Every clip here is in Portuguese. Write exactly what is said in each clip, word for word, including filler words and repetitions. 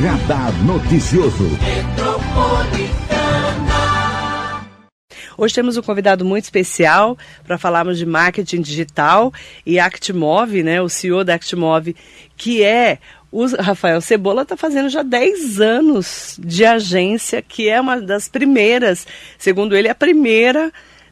Radar Noticioso. Hoje temos um convidado muito especial para falarmos de marketing digital e Actimove, né, o C E O da Actimove, que é o Rafael Cebola, está fazendo já dez anos de agência, que é uma das primeiras, segundo ele, a primeira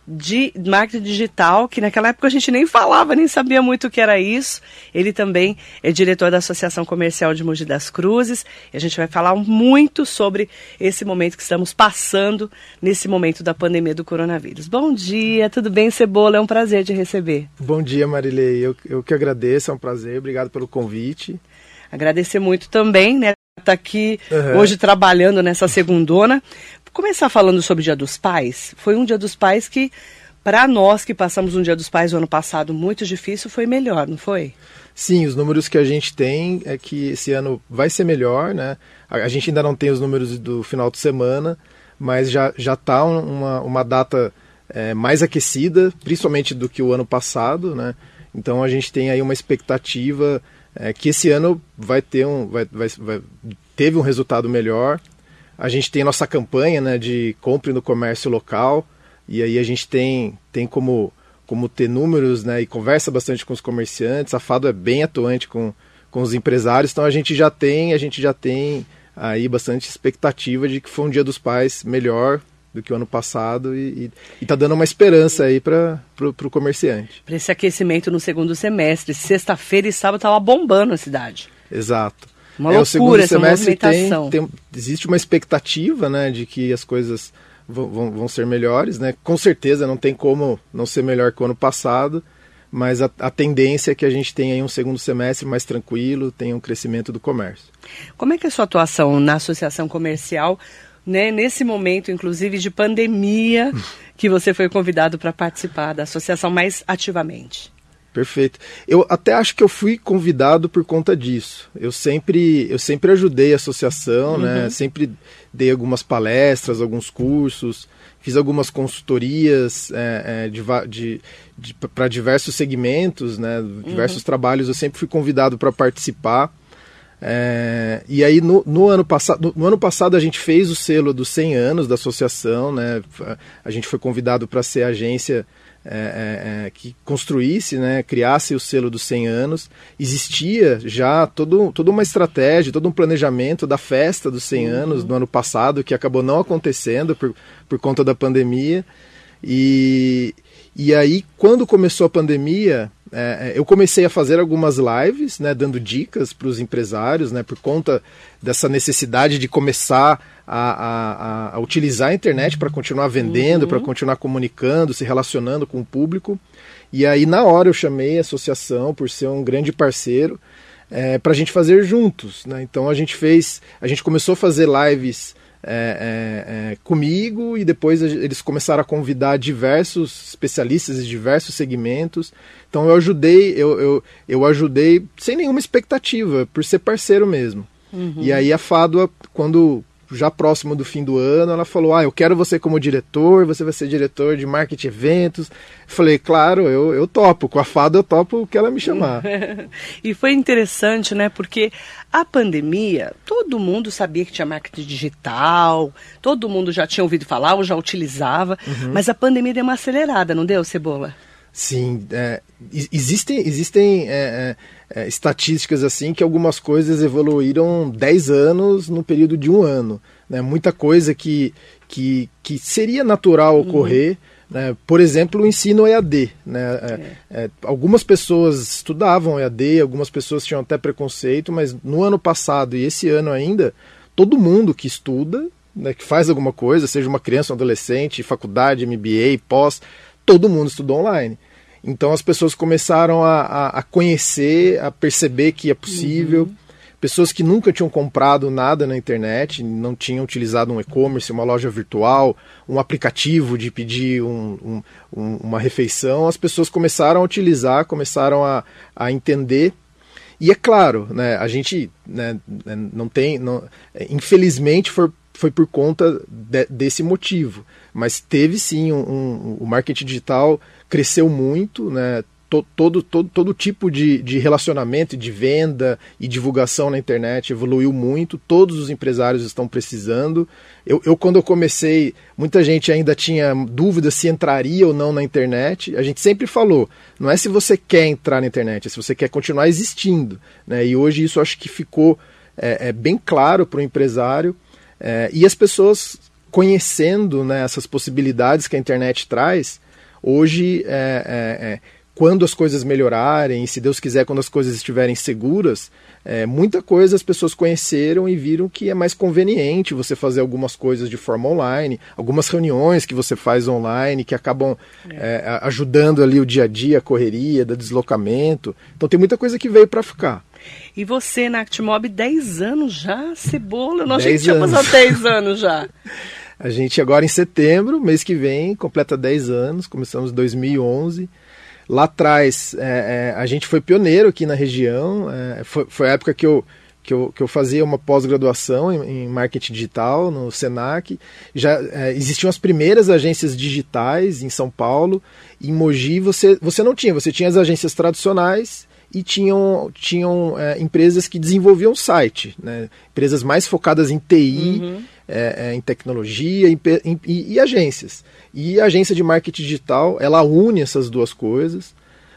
de marketing digital, que naquela época a gente nem falava, nem sabia muito o que era isso. Ele também é diretor da Associação Comercial de Mogi das Cruzes, e a gente vai falar muito sobre esse momento que estamos passando, nesse momento da pandemia do coronavírus. Bom dia, tudo bem, Cebola? É um prazer te receber. Bom dia, Marilei, eu, eu que agradeço, é um prazer, obrigado pelo convite. Agradecer muito também, né, tá aqui uhum. hoje trabalhando nessa segundona. Começar falando sobre o Dia dos Pais. Foi um Dia dos Pais que, para nós que passamos um Dia dos Pais o ano passado muito difícil, foi melhor, não foi? Sim, os números que a gente tem é que esse ano vai ser melhor, né? A, a gente ainda não tem os números do final de semana, mas já já está uma, uma data é, mais aquecida, principalmente do que o ano passado, né? Então a gente tem aí uma expectativa é, que esse ano vai ter um, vai, vai, vai, teve um resultado melhor. A gente tem a nossa campanha, né, de compre no comércio local, e aí a gente tem, tem como, como ter números, né, e conversa bastante com os comerciantes. A Fado é bem atuante com, com os empresários, então a gente já tem, a gente já tem aí bastante expectativa de que foi um Dia dos Pais melhor do que o ano passado e está dando uma esperança aí para o comerciante. Para esse aquecimento no segundo semestre, sexta-feira e sábado estava bombando a cidade. Exato. Uma é, loucura o segundo essa semestre movimentação. Tem, tem, existe uma expectativa, né, de que as coisas vão, vão, vão ser melhores, né? Com certeza não tem como não ser melhor que o ano passado, mas a, a tendência é que a gente tenha aí um segundo semestre mais tranquilo, tenha um crescimento do comércio. Como é que é a sua atuação na associação comercial, né, nesse momento, inclusive, de pandemia, que você foi convidado para participar da associação mais ativamente? Perfeito. Eu até acho que eu fui convidado por conta disso. Eu sempre, eu sempre ajudei a associação, uhum. né? Sempre dei algumas palestras, alguns cursos, fiz algumas consultorias é, é, de, de, de, para diversos segmentos, né? Diversos uhum. trabalhos. Eu sempre fui convidado para participar. É, e aí no, no, ano passado, no, no ano passado a gente fez o selo dos cem anos da associação, né? A gente foi convidado para ser a agência É, é, é, que construísse, né, criasse o selo dos cem anos. Existia já todo, toda uma estratégia, todo um planejamento da festa dos cem uhum. anos no ano passado, que acabou não acontecendo por, por conta da pandemia. E, e aí, quando começou a pandemia, é, eu comecei a fazer algumas lives, né, dando dicas para os empresários, né, por conta dessa necessidade de começar a, a, a utilizar a internet para continuar vendendo, uhum. para continuar comunicando, se relacionando com o público. E aí, na hora, eu chamei a associação, por ser um grande parceiro, é, para a gente fazer juntos, né? Então, a gente fez, a gente começou a fazer lives É, é, é, comigo, e depois eles começaram a convidar diversos especialistas de diversos segmentos. Então eu ajudei, eu, eu, eu ajudei sem nenhuma expectativa, por ser parceiro mesmo. Uhum. E aí a Fado, quando já próximo do fim do ano, ela falou, ah, eu quero você como diretor, você vai ser diretor de marketing e eventos. Eu falei, claro, eu, eu topo, com a Fado eu topo o que ela me chamar. E foi interessante, né, porque a pandemia, todo mundo sabia que tinha marketing digital, todo mundo já tinha ouvido falar ou já utilizava, uhum. mas a pandemia deu uma acelerada, não deu, Cebola? Sim, é, existem, existem é, é, estatísticas assim que algumas coisas evoluíram dez anos no período de um ano, né? Muita coisa que, que, que seria natural ocorrer, uhum. né? Por exemplo, o ensino E A D, né? É. É, algumas pessoas estudavam E A D, algumas pessoas tinham até preconceito, mas no ano passado e esse ano ainda, todo mundo que estuda, né, que faz alguma coisa, seja uma criança, um adolescente, faculdade, M B A, pós, todo mundo estudou online. Então as pessoas começaram a, a, a conhecer, a perceber que é possível. Uhum. Pessoas que nunca tinham comprado nada na internet, não tinham utilizado um e-commerce, uma loja virtual, um aplicativo de pedir um, um, uma refeição, as pessoas começaram a utilizar, começaram a, a entender. E é claro, né, a gente, né, não tem, não, infelizmente foi, foi por conta de, desse motivo, mas teve sim, um, um, o marketing digital cresceu muito, né, to, todo, todo, todo tipo de, de relacionamento, de venda e divulgação na internet evoluiu muito, todos os empresários estão precisando. Eu, eu, quando eu comecei, muita gente ainda tinha dúvida se entraria ou não na internet. A gente sempre falou, não é se você quer entrar na internet, é se você quer continuar existindo, né? E hoje isso acho que ficou é, é, bem claro para o empresário, é, e as pessoas conhecendo, né, essas possibilidades que a internet traz. Hoje, é, é, é, quando as coisas melhorarem, e se Deus quiser, quando as coisas estiverem seguras, é, muita coisa as pessoas conheceram e viram que é mais conveniente você fazer algumas coisas de forma online, algumas reuniões que você faz online, que acabam é. É, ajudando ali o dia a dia, a correria, do deslocamento. Então tem muita coisa que veio para ficar. E você na Actimob, dez anos já, Cebola? Nós já tínhamos há dez anos já. A gente agora em setembro, mês que vem, completa dez anos, começamos em dois mil e onze. Lá atrás, é, é, a gente foi pioneiro aqui na região, é, foi, foi a época que eu, que eu, que eu fazia uma pós-graduação em, em marketing digital no Senac. Já é, existiam as primeiras agências digitais em São Paulo. Em Mogi você, você não tinha, você tinha as agências tradicionais e tinham, tinham é, empresas que desenvolviam site, né? Empresas mais focadas em T I, uhum. é, é, em tecnologia em, em, e, e agências. E a agência de marketing digital, ela une essas duas coisas.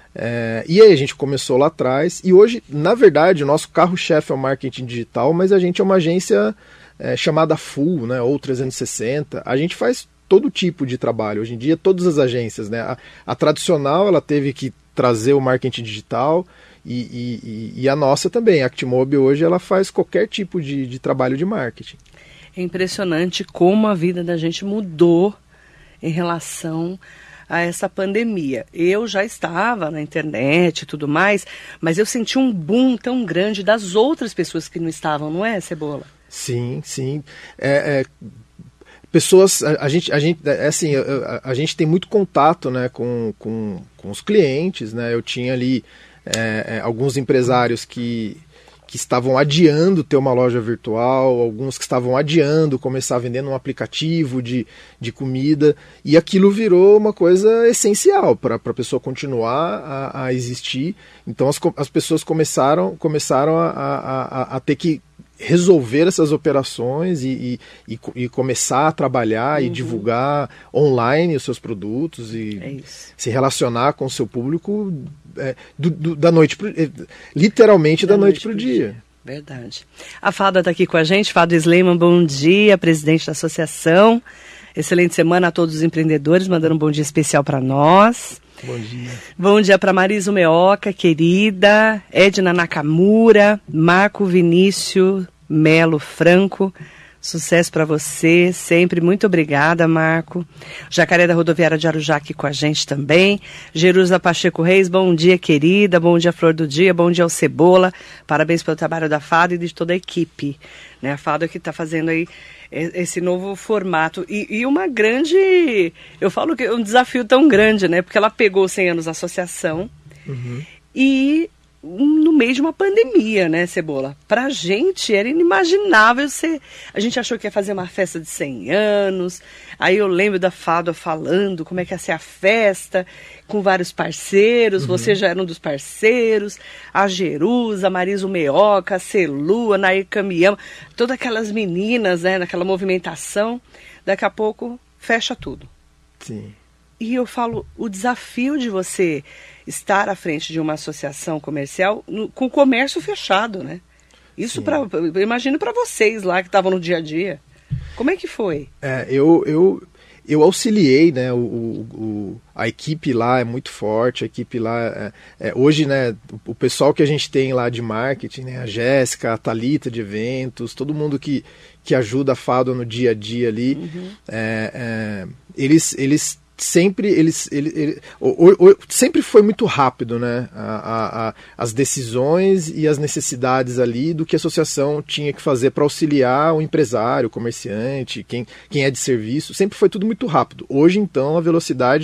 É, e aí a gente começou lá atrás, e hoje, na verdade, o nosso carro-chefe é o marketing digital, mas a gente é uma agência é, chamada Full, né, ou trezentos e sessenta. A gente faz todo tipo de trabalho. Hoje em dia, todas as agências, né? A, a tradicional, ela teve que trazer o marketing digital, e, e, e a nossa também. A Actimob hoje ela faz qualquer tipo de, de trabalho de marketing. É impressionante como a vida da gente mudou em relação a essa pandemia. Eu já estava na internet e tudo mais, mas eu senti um boom tão grande das outras pessoas que não estavam, não é, Cebola? Sim, sim. É, é, pessoas, a, a gente, a gente, é assim, a, a gente tem muito contato, né, com, com, com os clientes, né? Eu tinha ali é, é, alguns empresários que que estavam adiando ter uma loja virtual, alguns que estavam adiando começar a vender num aplicativo de, de comida, e aquilo virou uma coisa essencial para a pessoa continuar a, a existir. Então as, as pessoas começaram, começaram a, a, a ter que resolver essas operações e, e, e começar a trabalhar uhum. e divulgar online os seus produtos e é se relacionar com o seu público é, do, do, da noite pro, é, literalmente da, da noite para o dia. dia. Verdade. A Fada está aqui com a gente, Fada Sleiman, bom dia, presidente da associação. Excelente semana a todos os empreendedores, mandando um bom dia especial para nós. Bom dia. Bom dia para Marisa Meoca, querida, Edna Nakamura, Marco Vinícius Melo Franco. Sucesso para você, sempre. Muito obrigada, Marco. Jacaré da Rodoviária de Arujá aqui com a gente também. Jerusa Pacheco Reis, bom dia, querida. Bom dia, Flor do Dia. Bom dia ao Cebola. Parabéns pelo trabalho da Fada e de toda a equipe. Né? A Fada que está fazendo aí esse novo formato. E, e uma grande... Eu falo que é um desafio tão grande, né? Porque ela pegou cem anos da associação uhum. e... no meio de uma pandemia, né, Cebola? Pra gente era inimaginável ser... A gente achou que ia fazer uma festa de cem anos, aí eu lembro da Fada falando como é que ia ser a festa, com vários parceiros, uhum. você já era um dos parceiros, a Jerusa, a Marisa Meoca, a Celu, a Nair Caminhão, todas aquelas meninas, né, naquela movimentação, daqui a pouco fecha tudo. Sim. E eu falo, o desafio de você estar à frente de uma associação comercial no, com o comércio fechado, né? Isso, pra, eu imagino para vocês lá que estavam no dia a dia. Como é que foi? É, eu, eu, eu auxiliei, né? O, o, a equipe lá é muito forte, a equipe lá... É, é, hoje, né, o, o pessoal que a gente tem lá de marketing, né, a Jéssica, a Thalita de eventos, todo mundo que, que ajuda a Fada no dia a dia ali, uhum. é, é, eles... eles sempre eles ele, ele, o, o, o, sempre foi muito rápido, né, a, a, a, as decisões e as necessidades ali do que a associação tinha que fazer para auxiliar o empresário, o comerciante, quem, quem é de serviço, sempre foi tudo muito rápido. Hoje então a velocidade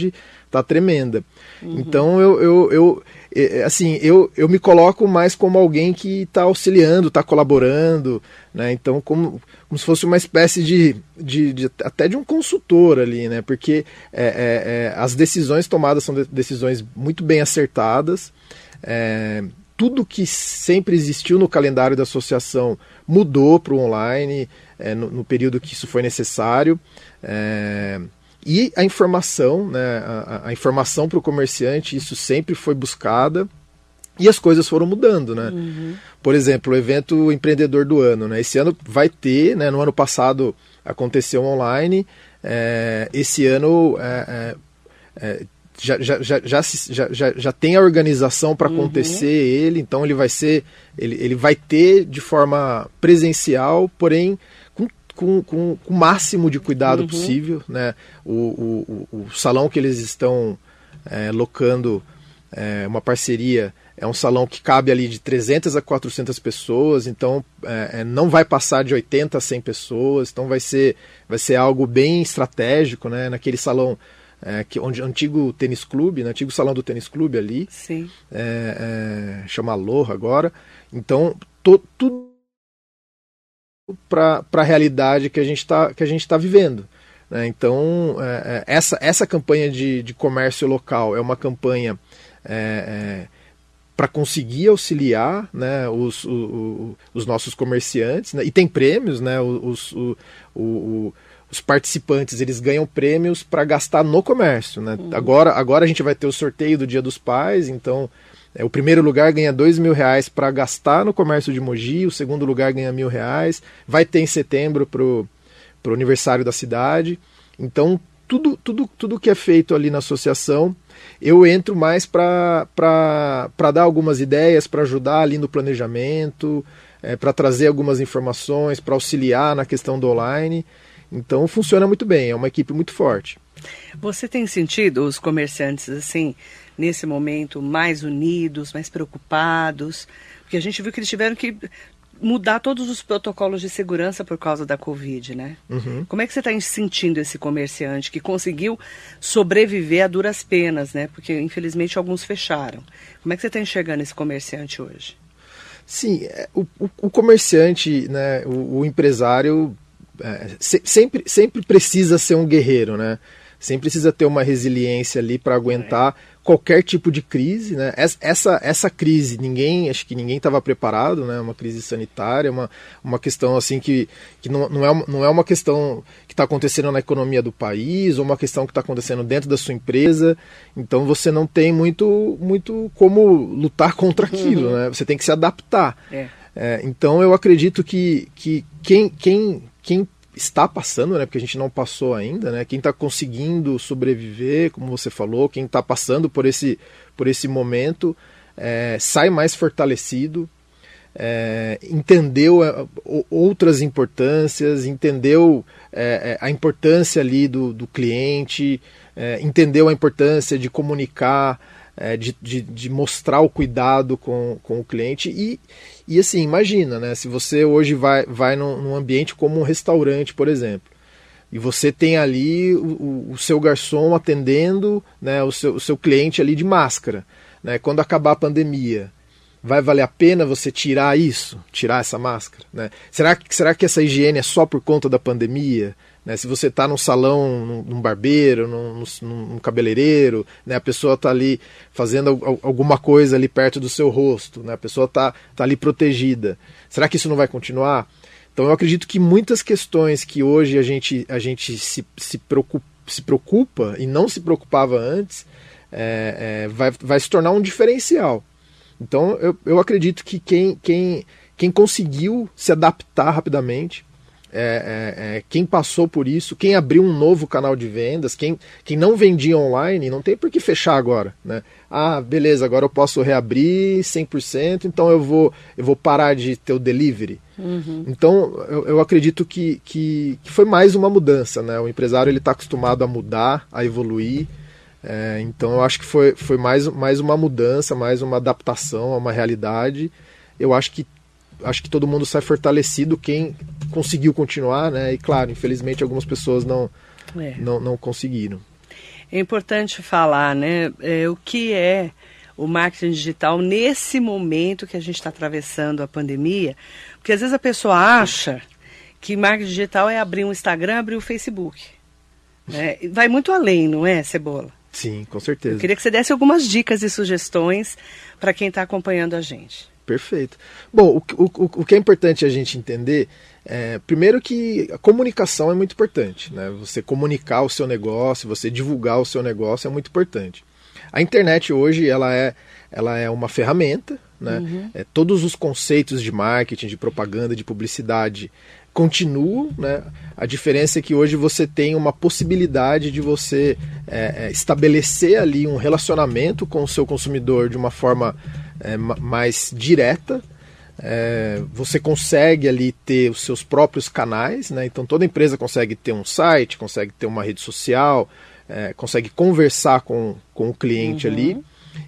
tá tremenda. Uhum. Então eu, eu, eu assim, eu, eu me coloco mais como alguém que está auxiliando, está colaborando, né? Então como, como se fosse uma espécie de, de, de até de um consultor ali, né? Porque é, é, é, as decisões tomadas são de, decisões muito bem acertadas. É, tudo que sempre existiu no calendário da associação mudou para o online é, no, no período que isso foi necessário. É, E a informação, né, a, a informação para o comerciante, isso sempre foi buscada e as coisas foram mudando, né? Uhum. Por exemplo, o evento empreendedor do ano, né? Esse ano vai ter, né, no ano passado aconteceu online, é, esse ano é, é, já, já, já, já, já, já, já tem a organização para acontecer uhum. ele, então ele vai ser, ele, ele vai ter de forma presencial, porém Com, com, com o máximo de cuidado uhum. possível, né? O, o, o, o salão que eles estão é, locando, é, uma parceria, é um salão que cabe ali de trezentas a quatrocentas pessoas, então é, não vai passar de oitenta a cem pessoas, então vai ser, vai ser algo bem estratégico, né? Naquele salão é, que, onde antigo tênis clube, né? Antigo salão do tênis clube ali, Sim. É, é, chama Aloha agora, então to, tudo para a realidade que a gente está que a gente está vivendo, né? Então é, essa, essa campanha de, de comércio local é uma campanha é, é, para conseguir auxiliar, né, os, o, o, os nossos comerciantes, né? E tem prêmios, né? Os, o, o, o, os participantes eles ganham prêmios para gastar no comércio, né? Uhum. Agora, agora a gente vai ter o sorteio do Dia dos Pais, então É, o primeiro lugar ganha dois mil reais para gastar no comércio de Mogi, o segundo lugar ganha mil reais, vai ter em setembro para o aniversário da cidade. Então, tudo, tudo, tudo que é feito ali na associação, eu entro mais para dar algumas ideias, para ajudar ali no planejamento, é, para trazer algumas informações, para auxiliar na questão do online. Então, funciona muito bem, é uma equipe muito forte. Você tem sentido os comerciantes, assim, nesse momento, mais unidos, mais preocupados? Porque a gente viu que eles tiveram que mudar todos os protocolos de segurança por causa da Covid, né? Uhum. Como é que você está sentindo esse comerciante que conseguiu sobreviver a duras penas, né? Porque, infelizmente, alguns fecharam. Como é que você está enxergando esse comerciante hoje? Sim, o, o, o comerciante, né, o, o empresário, é, se, sempre, sempre precisa ser um guerreiro, né? Sempre precisa ter uma resiliência ali para aguentar é. qualquer tipo de crise, né? Essa, essa crise, ninguém, acho que ninguém estava preparado, né? Uma crise sanitária, uma, uma questão assim que, que não, não, é, não é uma questão que está acontecendo na economia do país, ou uma questão que está acontecendo dentro da sua empresa. Então você não tem muito, muito como lutar contra aquilo, uhum. né? Você tem que se adaptar. É. É, então eu acredito que, que quem, quem, quem está passando, né, porque a gente não passou ainda, né, quem está conseguindo sobreviver, como você falou, quem está passando por esse, por esse momento, é, sai mais fortalecido, é, entendeu é, outras importâncias, entendeu é, a importância ali do, do cliente, é, entendeu a importância de comunicar, é, de, de, de mostrar o cuidado com, com o cliente e, e assim, imagina, né, se você hoje vai, vai num, num ambiente como um restaurante, por exemplo, e você tem ali o, o seu garçom atendendo, né, o, seu, o seu cliente ali de máscara, né, quando acabar a pandemia, vai valer a pena você tirar isso, tirar essa máscara, né? Será, será que essa higiene é só por conta da pandemia? Né, se você está num salão, num, num barbeiro, num, num, num cabeleireiro, né, a pessoa está ali fazendo alguma coisa ali perto do seu rosto, né, a pessoa está tá ali protegida. Será que isso não vai continuar? Então eu acredito que muitas questões que hoje a gente, a gente se, se, preocupa, se preocupa e não se preocupava antes, é, é, vai, vai se tornar um diferencial. Então eu, eu acredito que quem, quem, quem conseguiu se adaptar rapidamente, É, é, é, quem passou por isso, quem abriu um novo canal de vendas, quem, quem não vendia online, não tem por que fechar agora, né? Ah, beleza, agora eu posso reabrir cem por cento, então eu vou, eu vou parar de ter o delivery. Uhum. Então eu, eu acredito que, que, que foi mais uma mudança, né? O empresário está acostumado a mudar, a evoluir, é, então eu acho que foi, foi mais, mais uma mudança, mais uma adaptação a uma realidade. Eu acho que acho que todo mundo sai fortalecido, quem conseguiu continuar, né? E claro, infelizmente algumas pessoas não, é. não, não conseguiram. É importante falar, né, é, o que é o marketing digital nesse momento que a gente está atravessando a pandemia, porque às vezes a pessoa acha que marketing digital é abrir um Instagram, abrir o Facebook. Né? Vai muito além, não é, Cebola? Sim, com certeza. Eu queria que você desse algumas dicas e sugestões para quem está acompanhando a gente. Perfeito. Bom, o, o, o que é importante a gente entender, é, primeiro que a comunicação é muito importante, né? Você comunicar o seu negócio, você divulgar o seu negócio é muito importante. A internet hoje ela é, ela é uma ferramenta, né? Uhum. É, todos os conceitos de marketing, de propaganda, de publicidade continuam, né? A diferença é que hoje você tem uma possibilidade de você é, é, estabelecer ali um relacionamento com o seu consumidor de uma forma é, mais direta. É, você consegue ali ter os seus próprios canais, né? Então toda empresa consegue ter um site, consegue ter uma rede social, é, consegue conversar com, com o cliente uhum. ali.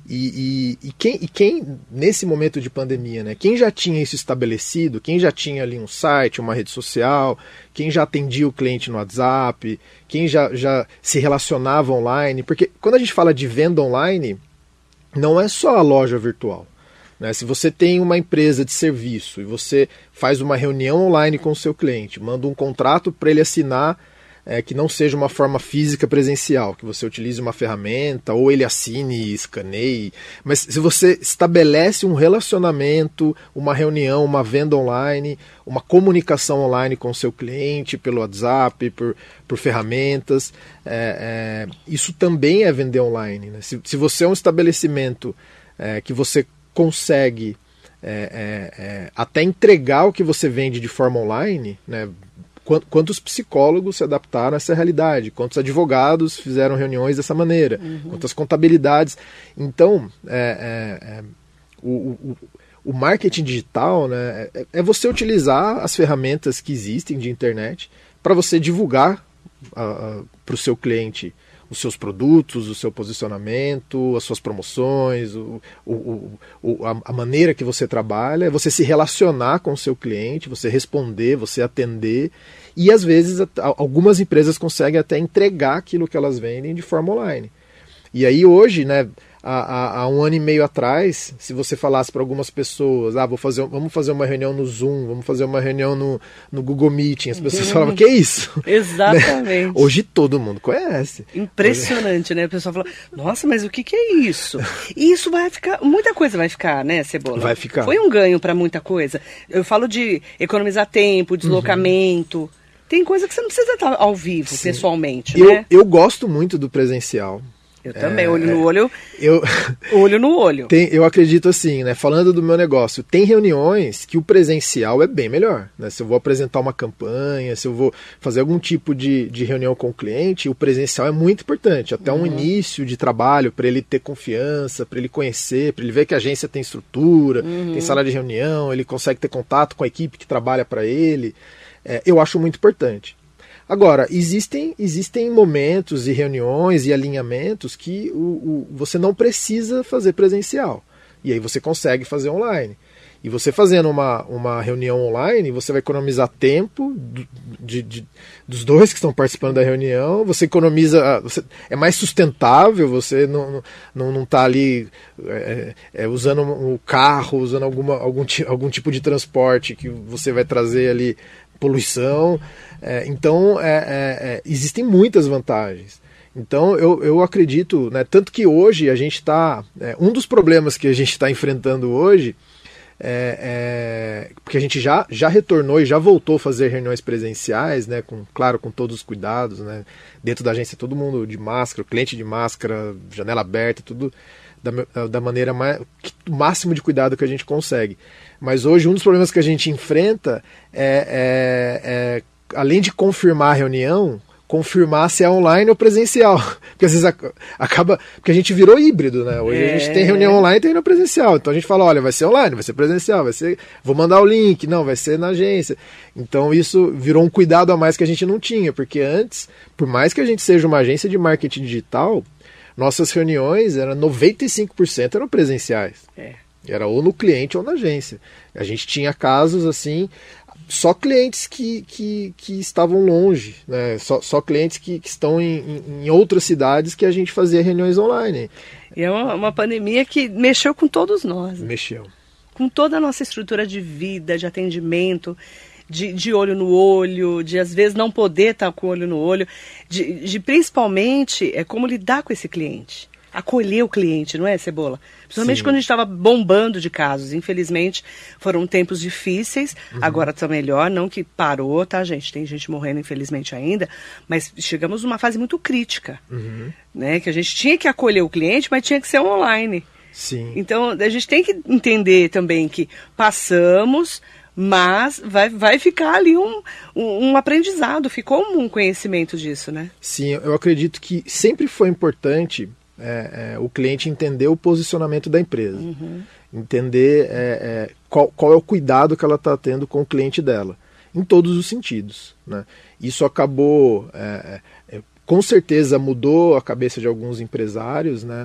E, e, e, quem, e quem, nesse momento de pandemia, né, quem já tinha isso estabelecido, quem já tinha ali um site, uma rede social, quem já atendia o cliente no WhatsApp, quem já, já se relacionava online, porque quando a gente fala de venda online, não é só a loja virtual. Né? Se você tem uma empresa de serviço e você faz uma reunião online com o seu cliente, manda um contrato para ele assinar, É, que não seja uma forma física presencial, que você utilize uma ferramenta, ou ele assine e escaneie, mas se você estabelece um relacionamento, uma reunião, uma venda online, uma comunicação online com o seu cliente, pelo WhatsApp, por, por ferramentas, é, é, isso também é vender online. Né? Se, se você é um estabelecimento é, que você consegue é, é, é, até entregar o que você vende de forma online, né? Quantos psicólogos se adaptaram a essa realidade? Quantos advogados fizeram reuniões dessa maneira? Uhum. Quantas contabilidades? Então, é, é, é, o, o, o marketing digital, né, é, é você utilizar as ferramentas que existem de internet para você divulgar para o seu cliente os seus produtos, o seu posicionamento, as suas promoções, o, o, o, a, a maneira que você trabalha, é você se relacionar com o seu cliente, você responder, você atender, e às vezes algumas empresas conseguem até entregar aquilo que elas vendem de forma online. E aí hoje, né, há, há, há um ano e meio atrás, se você falasse para algumas pessoas, ah, vou fazer, vamos fazer uma reunião no Zoom, vamos fazer uma reunião no, no Google Meeting, as pessoas uhum. falavam, que é isso? Exatamente. Né? Hoje todo mundo conhece. Impressionante, né? A pessoa fala, nossa, mas o que, que é isso? E isso vai ficar, muita coisa vai ficar, né, Cebola? Vai ficar. Foi um ganho para muita coisa. Eu falo de economizar tempo, deslocamento. Uhum. Tem coisa que você não precisa estar ao vivo, sim, pessoalmente, eu, né? Eu gosto muito do presencial. Eu também, é, olho no olho, eu, olho no olho. Tem, eu acredito assim, né? Falando do meu negócio, tem reuniões que o presencial é bem melhor. Né? Se eu vou apresentar uma campanha, se eu vou fazer algum tipo de, de reunião com o cliente, o presencial é muito importante. Até uhum. um início de trabalho, para ele ter confiança, para ele conhecer, para ele ver que a agência tem estrutura, uhum. tem sala de reunião, ele consegue ter contato com a equipe que trabalha para ele. É, eu acho muito importante. Agora, existem, existem momentos e reuniões e alinhamentos que o, o, você não precisa fazer presencial. E aí você consegue fazer online. E você fazendo uma, uma reunião online, você vai economizar tempo do, de, de, dos dois que estão participando da reunião, você economiza, você, é mais sustentável, você não está não, não tá ali é, é, usando o carro, usando alguma, algum, algum tipo de transporte que você vai trazer ali poluição. É, então, é, é, é, existem muitas vantagens. Então, eu, eu acredito, né, tanto que hoje a gente está... É, um dos problemas que a gente está enfrentando hoje, é, é, porque a gente já, já retornou e já voltou a fazer reuniões presenciais, né, com, claro, com todos os cuidados, né, dentro da agência todo mundo de máscara, cliente de máscara, janela aberta, tudo da, da maneira mais, o máximo de cuidado que a gente consegue. Mas hoje um dos problemas que a gente enfrenta é, é, é além de confirmar a reunião, confirmar se é online ou presencial. Porque às vezes acaba... Porque a gente virou híbrido, né? Hoje é. a gente tem reunião online e tem reunião presencial. Então a gente fala, olha, vai ser online, vai ser presencial, vai ser... Vou mandar o link, não, vai ser na agência. Então isso virou um cuidado a mais que a gente não tinha. Porque antes, por mais que a gente seja uma agência de marketing digital, nossas reuniões, eram noventa e cinco por cento eram presenciais. É. Era ou no cliente ou na agência. A gente tinha casos assim, só clientes que, que, que estavam longe, né? Só, só clientes que, que estão em, em, em outras cidades que a gente fazia reuniões online. E é uma, uma pandemia que mexeu com todos nós. Né? Mexeu. Com toda a nossa estrutura de vida, de atendimento, de, de olho no olho, de às vezes não poder estar com o olho no olho, de, de principalmente é como lidar com esse cliente. Acolher o cliente, não é, Cebola? Principalmente Sim. quando a gente estava bombando de casos. Infelizmente, foram tempos difíceis. Uhum. Agora está melhor, não que parou, tá, gente? Tem gente morrendo, infelizmente, ainda. Mas chegamos numa fase muito crítica. Uhum. Né? Que a gente tinha que acolher o cliente, mas tinha que ser online. Sim. Então, a gente tem que entender também que passamos, mas vai, vai ficar ali um, um, um aprendizado. Ficou um conhecimento disso, né? Sim, eu acredito que sempre foi importante... É, é, o cliente entender o posicionamento da empresa, uhum. entender é, é, qual, qual é o cuidado que ela está tendo com o cliente dela, em todos os sentidos. Né? Isso acabou, é, é, com certeza mudou a cabeça de alguns empresários, né?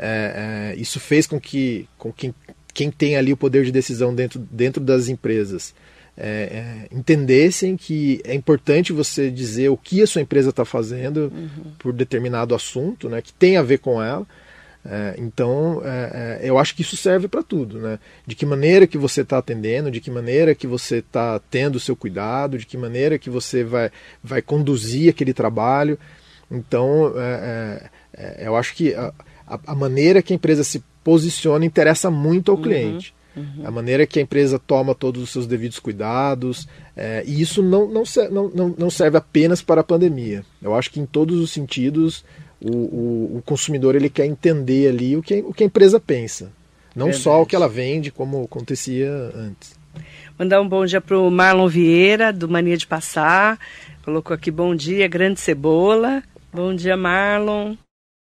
é, é, isso fez com que, com que quem tem ali o poder de decisão dentro, dentro das empresas É, é, entendessem que é importante você dizer o que a sua empresa está fazendo uhum. por determinado assunto, né, que tem a ver com ela. É, então, é, é, eu acho que isso serve para tudo. Né? De que maneira que você está atendendo, de que maneira que você está tendo o seu cuidado, de que maneira que você vai, vai conduzir aquele trabalho. Então, é, é, eu acho que a, a maneira que a empresa se posiciona interessa muito ao uhum. cliente. Uhum. A maneira que a empresa toma todos os seus devidos cuidados, é, e isso não, não, não, não serve apenas para a pandemia. Eu acho que em todos os sentidos o, o, o consumidor ele quer entender ali o que, o que a empresa pensa, não Verdade. Só o que ela vende, como acontecia antes. Mandar um bom dia para o Marlon Vieira, do Mania de Passar, colocou aqui bom dia, grande Cebola. Bom dia, Marlon.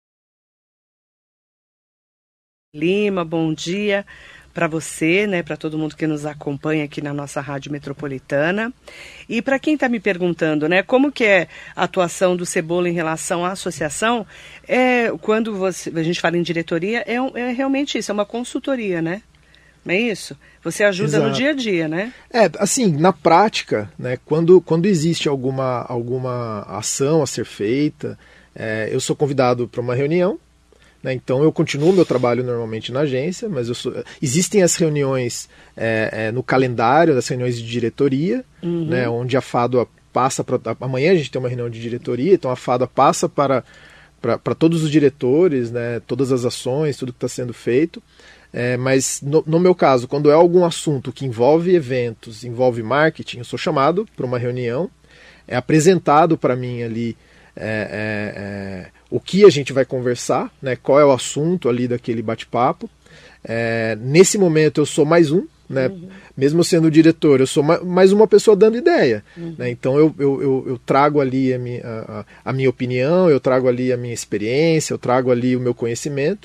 Lima, bom dia para você, né, para todo mundo que nos acompanha aqui na nossa Rádio Metropolitana. E para quem está me perguntando, né, como que é a atuação do Cebola em relação à associação, é, quando você, a gente fala em diretoria, é, um, é realmente isso, é uma consultoria, né? Não é isso? Você ajuda Exato. No dia a dia, né? É, assim, na prática, né, quando, quando existe alguma, alguma ação a ser feita, é, eu sou convidado para uma reunião. Né, então eu continuo meu trabalho normalmente na agência, mas eu sou... existem as reuniões é, é, no calendário, das reuniões de diretoria, uhum. né, onde a Fádua passa para... Amanhã a gente tem uma reunião de diretoria, então a Fádua passa para, para, para todos os diretores, né, todas as ações, tudo que está sendo feito. É, mas no, no meu caso, quando é algum assunto que envolve eventos, envolve marketing, eu sou chamado para uma reunião, é apresentado para mim ali é, é, é, o que a gente vai conversar, né, qual é o assunto ali daquele bate-papo. É, nesse momento eu sou mais um, né, uhum. mesmo sendo diretor, eu sou ma- mais uma pessoa dando ideia. Uhum. Né, então eu, eu, eu, eu trago ali a minha, a, a minha opinião, eu trago ali a minha experiência, eu trago ali o meu conhecimento.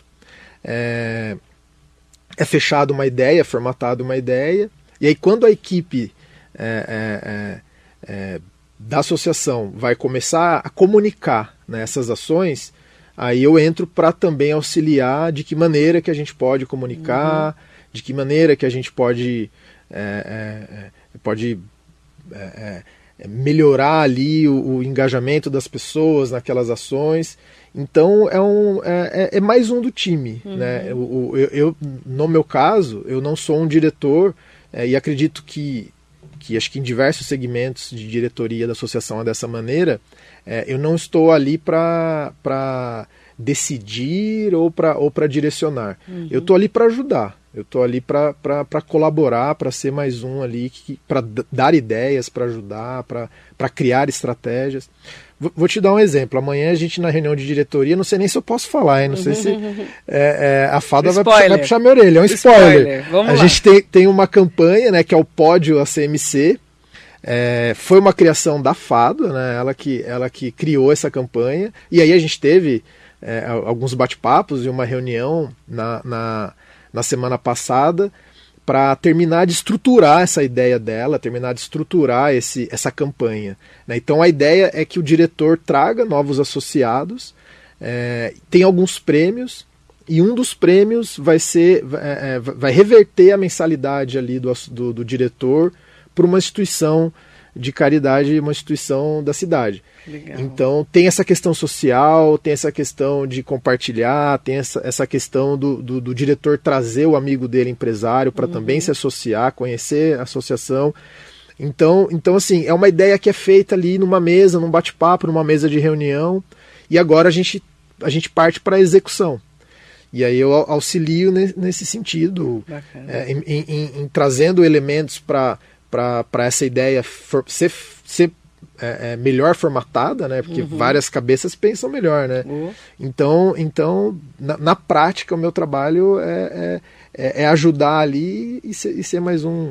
É, é fechado uma ideia, é formatado uma ideia, e aí quando a equipe é, é, é, da associação vai começar a comunicar, né, essas ações, aí eu entro para também auxiliar de que maneira que a gente pode comunicar, uhum. de que maneira que a gente pode, é, é, pode é, é, melhorar ali o, o engajamento das pessoas naquelas ações. Então é, um, é, é mais um do time. Uhum. Né? Eu, eu, eu, no meu caso, eu não sou um diretor, é, e acredito que que acho que em diversos segmentos de diretoria da associação é dessa maneira, é, eu não estou ali para decidir ou para ou para direcionar. Uhum. Eu estou ali para ajudar, eu estou ali para colaborar, para ser mais um ali, para dar ideias, para ajudar, para criar estratégias. Vou te dar um exemplo. Amanhã a gente na reunião de diretoria, não sei nem se eu posso falar, hein? Não sei se é, é, a Fádua vai puxar, vai puxar minha orelha. É um spoiler. spoiler. Vamos a lá. gente tem, tem uma campanha, né, que é o Pódio A C M C. É, foi uma criação da Fádua, né? Ela que, ela que criou essa campanha. E aí a gente teve é, alguns bate-papos e uma reunião na, na, na semana passada para terminar de estruturar essa ideia dela, terminar de estruturar esse, essa campanha. Né? Então a ideia é que o diretor traga novos associados, é, tem alguns prêmios, e um dos prêmios vai ser, é, vai reverter a mensalidade ali do, do, do diretor por uma instituição de caridade, uma instituição da cidade. Legal. Então tem essa questão social, tem essa questão de compartilhar, tem essa, essa questão do, do, do diretor trazer o amigo dele empresário para uhum. também se associar, conhecer a associação. Então, então, assim, é uma ideia que é feita ali numa mesa, num bate-papo, numa mesa de reunião, e agora a gente, a gente parte para a execução. E aí eu auxilio nesse sentido, é, em, em, em trazendo elementos para essa ideia for, ser, ser é, é, melhor formatada, né? Porque uhum. várias cabeças pensam melhor, né? Uhum. Então, então na, na prática, o meu trabalho é, é, é ajudar ali e ser, e ser mais um...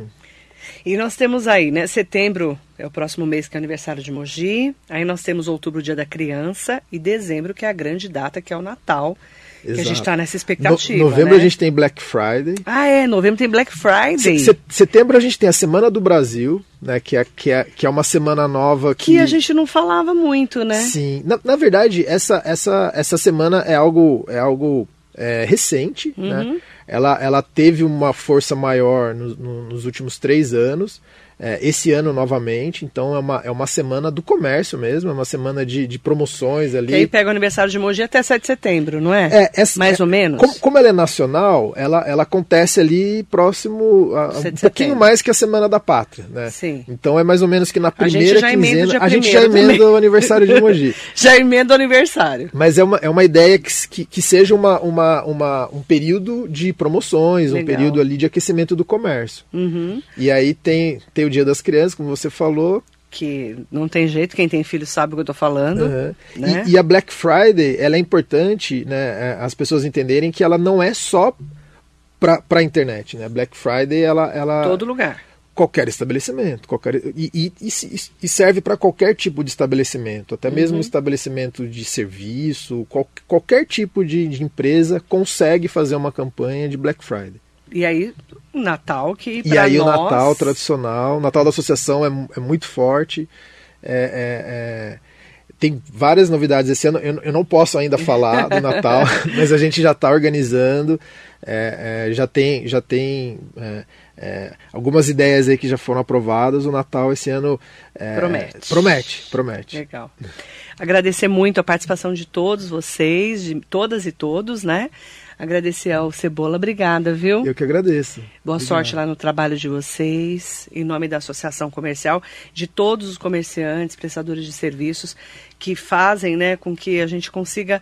E nós temos aí, né, setembro é o próximo mês que é o aniversário de Mogi, aí nós temos outubro, Dia da Criança, e dezembro, que é a grande data, que é o Natal, Exato. Que a gente está nessa expectativa, no, Novembro, né? A gente tem Black Friday. Ah, é, novembro tem Black Friday. Se, setembro a gente tem a Semana do Brasil, né, que é, que é, que é uma semana nova que... Que a gente não falava muito, né? Sim, na, na verdade, essa, essa, essa semana é algo, é algo é, recente, uhum. né? Ela, ela teve uma força maior no, no, nos últimos três anos, é, esse ano novamente, então é uma, é uma semana do comércio mesmo, é uma semana de, de promoções ali. Que aí pega o aniversário de Mogi até sete de setembro, não é? É, essa, mais é, ou menos? Como, como ela é nacional, ela, ela acontece ali próximo, a, um pouquinho mais que a Semana da Pátria, né? Sim. Então é mais ou menos que na primeira a quinzena, a gente já emenda também. O aniversário de Mogi. Já emenda o aniversário. Mas é uma, é uma ideia que, que, que seja uma, uma, uma, um período de promoções, Legal. Um período ali de aquecimento do comércio. Uhum. E aí tem, tem o Dia das Crianças, como você falou. Que não tem jeito, quem tem filho sabe o que eu estou falando. Uhum. Né? E, e a Black Friday, ela é importante, né, as pessoas entenderem que ela não é só para a internet. Né? Black Friday, ela, ela... Todo lugar. Qualquer estabelecimento. Qualquer, e, e, e serve para qualquer tipo de estabelecimento. Até mesmo uhum. estabelecimento de serviço, qual, qualquer tipo de, de empresa consegue fazer uma campanha de Black Friday. E aí, Natal, que para nós... E aí nós... o Natal tradicional, o Natal da associação é, é muito forte, é, é, é, tem várias novidades esse ano, eu, eu não posso ainda falar do Natal, mas a gente já está organizando, é, é, já tem, já tem é, é, algumas ideias aí que já foram aprovadas, o Natal esse ano é, promete. Promete, promete. Legal. Agradecer muito a participação de todos vocês, de todas e todos, né? Agradecer ao Cebola, obrigada, viu? Eu que agradeço. Boa Obrigado. Sorte lá no trabalho de vocês, em nome da Associação Comercial, de todos os comerciantes, prestadores de serviços, que fazem, né, com que a gente consiga,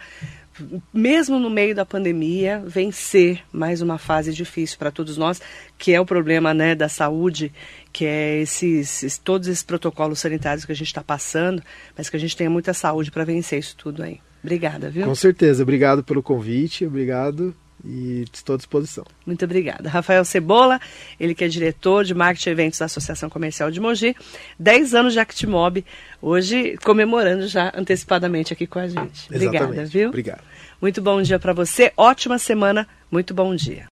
mesmo no meio da pandemia, vencer mais uma fase difícil para todos nós, que é o problema, né, da saúde, que é esses, todos esses protocolos sanitários que a gente está passando, mas que a gente tenha muita saúde para vencer isso tudo aí. Obrigada, viu? Com certeza. Obrigado pelo convite, obrigado e estou à disposição. Muito obrigada. Rafael Cebola, ele que é diretor de marketing e eventos da Associação Comercial de Mogi, dez anos de Actimob, hoje comemorando já antecipadamente aqui com a gente. Obrigada, Exatamente. Viu? Obrigado. Muito bom dia para você, ótima semana, muito bom dia.